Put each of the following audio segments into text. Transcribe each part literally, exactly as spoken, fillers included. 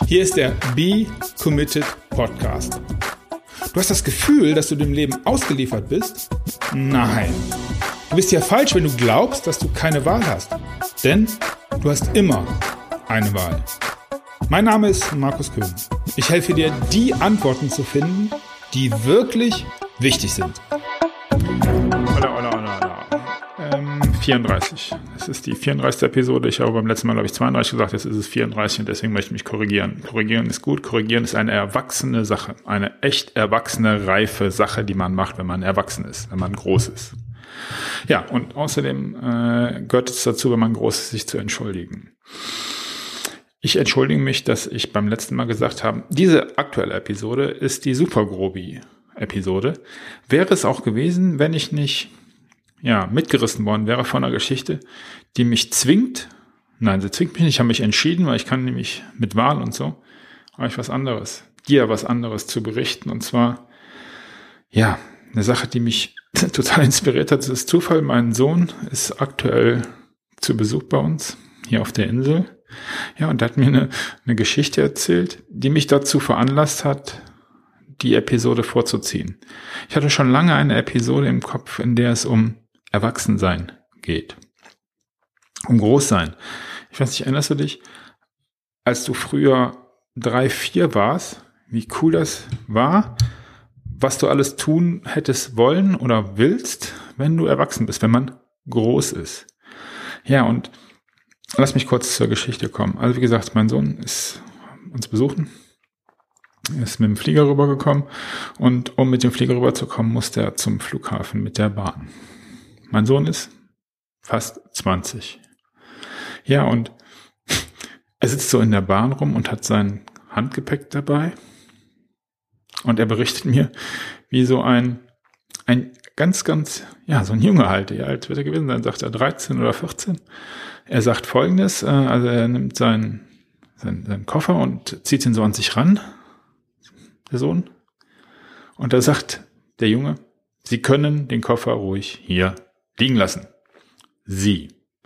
Hier ist der Be Committed Podcast. Du hast das Gefühl, dass du dem Leben ausgeliefert bist? Nein. Du bist ja falsch, wenn du glaubst, dass du keine Wahl hast. Denn du hast immer eine Wahl. Mein Name ist Markus Köhn. Ich helfe dir, die Antworten zu finden, die wirklich wichtig sind. Hola, hola, hola, hola. Ähm, vierunddreißig. Das ist die vierunddreißigste Episode. Ich habe beim letzten Mal, glaube ich, zweiunddreißig gesagt. Jetzt ist es vierunddreißig und deswegen möchte ich mich korrigieren. Korrigieren ist gut. Korrigieren ist eine erwachsene Sache. Eine echt erwachsene, reife Sache, die man macht, wenn man erwachsen ist, wenn man groß ist. Ja, und außerdem äh, gehört es dazu, wenn man groß ist, sich zu entschuldigen. Ich entschuldige mich, dass ich beim letzten Mal gesagt habe, diese aktuelle Episode ist die Super-Grobi-Episode. Wäre es auch gewesen, wenn ich nicht ja mitgerissen worden wäre von einer Geschichte, die mich zwingt. Nein, sie zwingt mich nicht, ich habe mich entschieden, weil ich kann nämlich mit Wahl und so, habe ich was anderes, dir was anderes zu berichten. Und zwar, ja, eine Sache, die mich total inspiriert hat, das ist Zufall. Mein Sohn ist aktuell zu Besuch bei uns, hier auf der Insel. Ja, und er hat mir eine, eine Geschichte erzählt, die mich dazu veranlasst hat, die Episode vorzuziehen. Ich hatte schon lange eine Episode im Kopf, in der es um Erwachsensein geht. Um Großsein. Ich weiß nicht, erinnerst du dich, als du früher drei, vier warst, wie cool das war, was du alles tun hättest wollen oder willst, wenn du erwachsen bist, wenn man groß ist. Ja, und lass mich kurz zur Geschichte kommen. Also wie gesagt, mein Sohn ist uns besuchen, ist mit dem Flieger rübergekommen und um mit dem Flieger rüberzukommen, musste er zum Flughafen mit der Bahn. Mein Sohn ist fast zwanzig. Ja, und er sitzt so in der Bahn rum und hat sein Handgepäck dabei und er berichtet mir, wie so ein, ein ganz, ganz, ja, so ein Junge halt, wie alt wird er gewesen sein, sagt er dreizehn oder vierzehn. Er sagt Folgendes, also er nimmt seinen, seinen, seinen Koffer und zieht ihn so an sich ran, der Sohn. Und da sagt der Junge, Sie können den Koffer ruhig hier liegen lassen. Sie.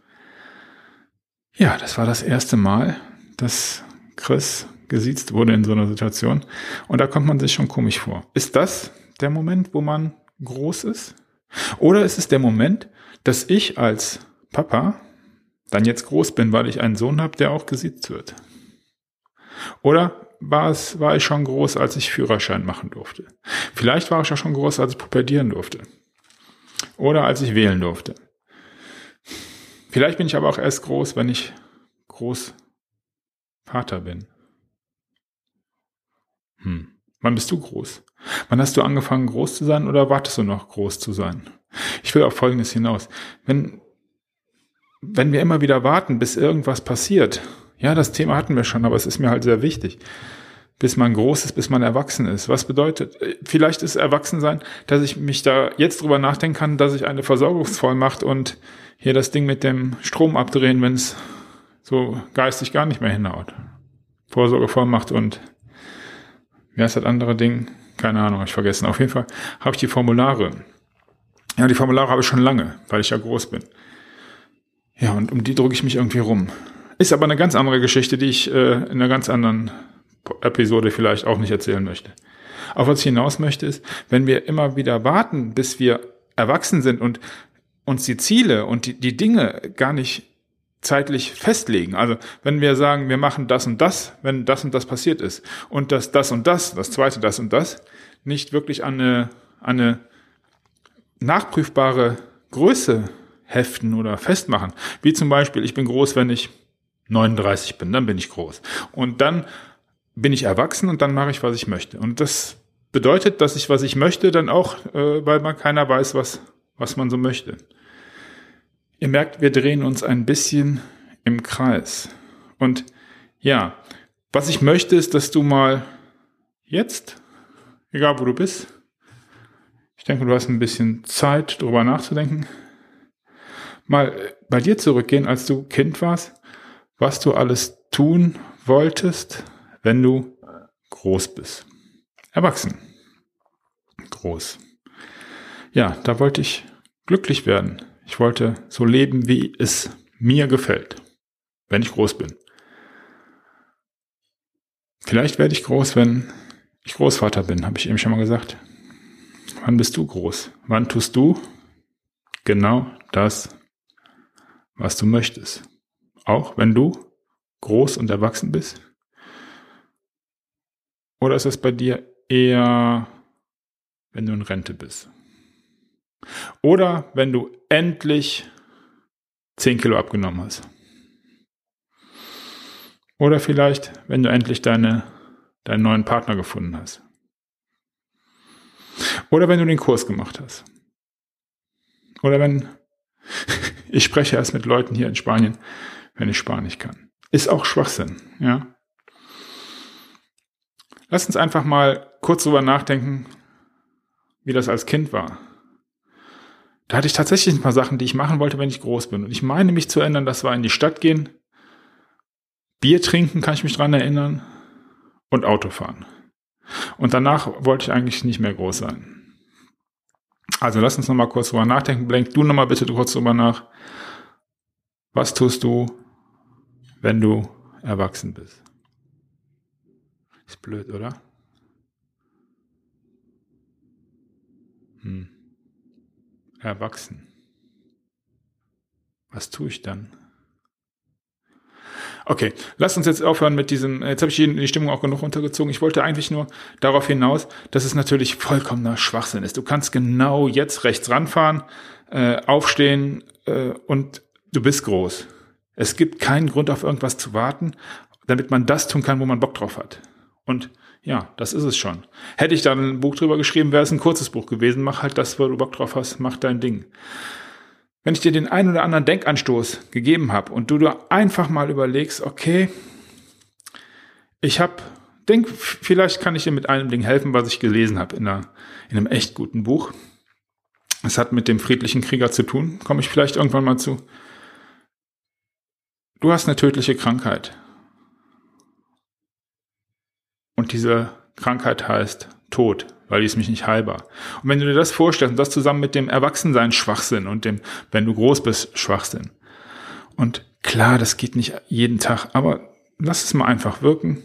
Ja, das war das erste Mal, dass Chris gesiezt wurde in so einer Situation. Und da kommt man sich schon komisch vor. Ist das der Moment, wo man groß ist? Oder ist es der Moment, dass ich als Papa dann jetzt groß bin, weil ich einen Sohn habe, der auch gesiezt wird? Oder war es, war ich schon groß, als ich Führerschein machen durfte? Vielleicht war ich ja schon groß, als ich pubertieren durfte. Oder als ich wählen durfte. Vielleicht bin ich aber auch erst groß, wenn ich Großvater bin. Hm. Wann bist du groß? Wann hast du angefangen, groß zu sein oder wartest du noch, groß zu sein? Ich will auf Folgendes hinaus. Wenn Wenn wir immer wieder warten, bis irgendwas passiert, ja, das Thema hatten wir schon, aber es ist mir halt sehr wichtig, bis man groß ist, bis man erwachsen ist. Was bedeutet, vielleicht ist Erwachsensein, dass ich mich da jetzt drüber nachdenken kann, dass ich eine Versorgungsvollmacht und hier das Ding mit dem Strom abdrehen, wenn es so geistig gar nicht mehr hinhaut. Vorsorgevollmacht und wie heißt das andere Ding? Keine Ahnung, habe ich vergessen. Auf jeden Fall habe ich die Formulare. Ja, die Formulare habe ich schon lange, weil ich ja groß bin. Ja, und um die drücke ich mich irgendwie rum. Ist aber eine ganz andere Geschichte, die ich äh, in einer ganz anderen Episode vielleicht auch nicht erzählen möchte. Auf was ich hinaus möchte ist, wenn wir immer wieder warten, bis wir erwachsen sind und uns die Ziele und die, die Dinge gar nicht zeitlich festlegen. Also wenn wir sagen, wir machen das und das, wenn das und das passiert ist und das, das und das, das zweite das und das, nicht wirklich an eine, an eine nachprüfbare Größe heften oder festmachen. Wie zum Beispiel, ich bin groß, wenn ich neununddreißig bin, dann bin ich groß. Und dann bin ich erwachsen und dann mache ich, was ich möchte. Und das bedeutet, dass ich, was ich möchte, dann auch, äh, weil man keiner weiß, was, was man so möchte. Ihr merkt, wir drehen uns ein bisschen im Kreis. Und ja, was ich möchte, ist, dass du mal jetzt, egal wo du bist, ich denke, du hast ein bisschen Zeit, darüber nachzudenken, mal bei dir zurückgehen, als du Kind warst, was du alles tun wolltest, wenn du groß bist. Erwachsen. Groß. Ja, da wollte ich glücklich werden. Ich wollte so leben, wie es mir gefällt, wenn ich groß bin. Vielleicht werde ich groß, wenn ich Großvater bin, habe ich eben schon mal gesagt. Wann bist du groß? Wann tust du genau das, was du möchtest? Auch wenn du groß und erwachsen bist? Oder ist es bei dir eher, wenn du in Rente bist? Oder wenn du endlich zehn Kilo abgenommen hast? Oder vielleicht, wenn du endlich deine, deinen neuen Partner gefunden hast? Oder wenn du den Kurs gemacht hast? Oder wenn, ich spreche erst mit Leuten hier in Spanien, wenn ich Spanisch kann. Ist auch Schwachsinn, ja. Lass uns einfach mal kurz drüber nachdenken, wie das als Kind war. Da hatte ich tatsächlich ein paar Sachen, die ich machen wollte, wenn ich groß bin. Und ich meine mich zu erinnern, das war in die Stadt gehen, Bier trinken, kann ich mich dran erinnern, und Auto fahren. Und danach wollte ich eigentlich nicht mehr groß sein. Also lass uns nochmal kurz drüber nachdenken. Blenk du nochmal bitte kurz drüber nach. Was tust du, wenn du erwachsen bist? Ist blöd, oder? Hm. Erwachsen. Was tue ich dann? Okay, lass uns jetzt aufhören mit diesem, jetzt habe ich die Stimmung auch genug untergezogen. Ich wollte eigentlich nur darauf hinaus, dass es natürlich vollkommener Schwachsinn ist. Du kannst genau jetzt rechts ranfahren, äh, aufstehen äh, und du bist groß. Es gibt keinen Grund, auf irgendwas zu warten, damit man das tun kann, wo man Bock drauf hat. Und ja, das ist es schon. Hätte ich da ein Buch drüber geschrieben, wäre es ein kurzes Buch gewesen. Mach halt das, wo du Bock drauf hast, mach dein Ding. Wenn ich dir den einen oder anderen Denkanstoß gegeben habe und du dir einfach mal überlegst, okay, ich habe, denk, vielleicht kann ich dir mit einem Ding helfen, was ich gelesen habe in, einer, in einem echt guten Buch. Es hat mit dem friedlichen Krieger zu tun, komme ich vielleicht irgendwann mal zu. Du hast eine tödliche Krankheit. Und diese Krankheit heißt Tod, weil die ist mich nicht heilbar. Und wenn du dir das vorstellst, und das zusammen mit dem Erwachsensein Schwachsinn und dem, wenn du groß bist, Schwachsinn. Und klar, das geht nicht jeden Tag, aber lass es mal einfach wirken.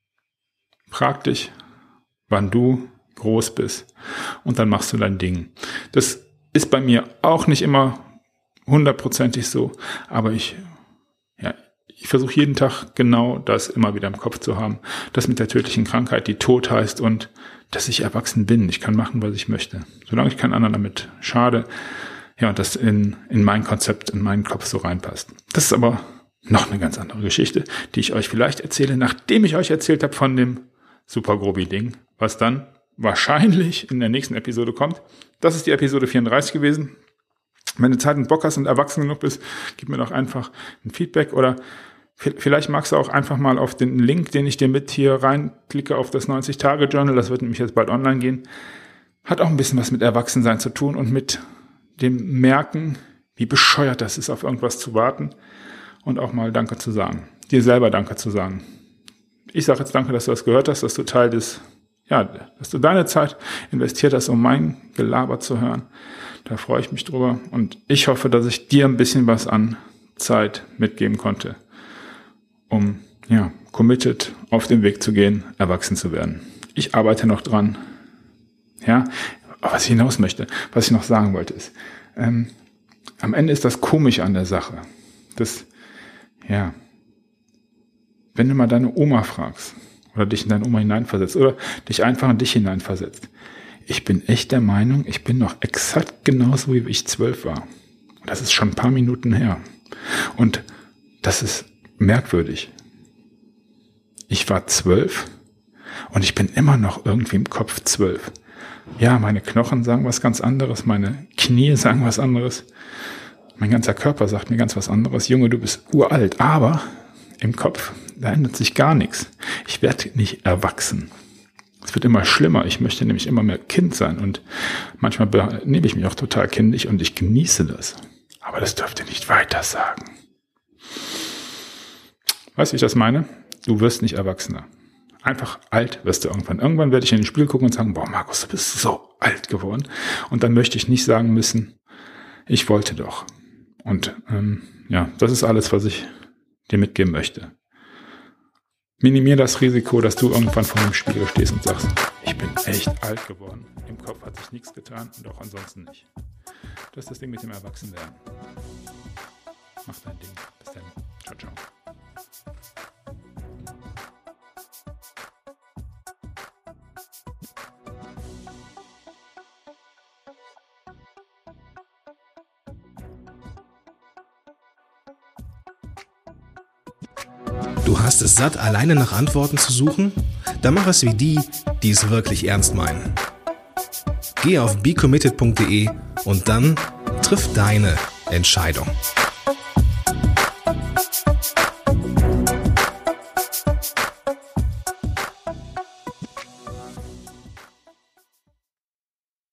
Frag dich, wann du groß bist und dann machst du dein Ding. Das ist bei mir auch nicht immer hundertprozentig so, aber ich, ja, ich versuche jeden Tag genau das immer wieder im Kopf zu haben. Das mit der tödlichen Krankheit, die Tod heißt und dass ich erwachsen bin. Ich kann machen, was ich möchte. Solange ich keinen anderen damit schade. Ja, und das in, in mein Konzept, in meinen Kopf so reinpasst. Das ist aber noch eine ganz andere Geschichte, die ich euch vielleicht erzähle, nachdem ich euch erzählt habe von dem Super-Grobi-Ding, was dann wahrscheinlich in der nächsten Episode kommt. Das ist die Episode vierunddreißig gewesen. Wenn du Zeit und Bock hast und erwachsen genug bist, gib mir doch einfach ein Feedback oder vielleicht magst du auch einfach mal auf den Link, den ich dir mit hier reinklicke, auf das neunzig-Tage-Journal, das wird nämlich jetzt bald online gehen, hat auch ein bisschen was mit Erwachsensein zu tun und mit dem Merken, wie bescheuert das ist, auf irgendwas zu warten und auch mal Danke zu sagen, dir selber Danke zu sagen. Ich sage jetzt Danke, dass du das gehört hast, dass du Teil des, ja, dass du deine Zeit investiert hast, um mein Gelaber zu hören. Da freue ich mich drüber und ich hoffe, dass ich dir ein bisschen was an Zeit mitgeben konnte, um ja committed auf den Weg zu gehen, erwachsen zu werden. Ich arbeite noch dran. Ja, aber was ich hinaus möchte, was ich noch sagen wollte, ist, ähm, am Ende ist das komisch an der Sache. Das, ja, wenn du mal deine Oma fragst oder dich in deine Oma hineinversetzt oder dich einfach in dich hineinversetzt. Ich bin echt der Meinung, ich bin noch exakt genauso, wie ich zwölf war. Das ist schon ein paar Minuten her. Und das ist merkwürdig. Ich war zwölf und ich bin immer noch irgendwie im Kopf zwölf. Ja, meine Knochen sagen was ganz anderes, meine Knie sagen was anderes, mein ganzer Körper sagt mir ganz was anderes. Junge, du bist uralt, aber im Kopf, da ändert sich gar nichts. Ich werde nicht erwachsen. Es wird immer schlimmer. Ich möchte nämlich immer mehr Kind sein und manchmal benehme ich mich auch total kindlich und ich genieße das. Aber das dürft ihr nicht weiter sagen. Weißt du, wie ich das meine? Du wirst nicht erwachsener. Einfach alt wirst du irgendwann. Irgendwann werde ich in den Spiegel gucken und sagen, boah, Markus, du bist so alt geworden. Und dann möchte ich nicht sagen müssen, ich wollte doch. Und ähm, ja, das ist alles, was ich dir mitgeben möchte. Minimier das Risiko, dass du irgendwann vor dem Spiegel stehst und sagst, ich bin echt alt geworden. Im Kopf hat sich nichts getan und auch ansonsten nicht. Das ist das Ding mit dem Erwachsenwerden. Mach dein Ding. Bis dann. Ciao, ciao. Du hast es satt, alleine nach Antworten zu suchen? Dann mach es wie die, die es wirklich ernst meinen. Geh auf be committed punkt de und dann triff deine Entscheidung.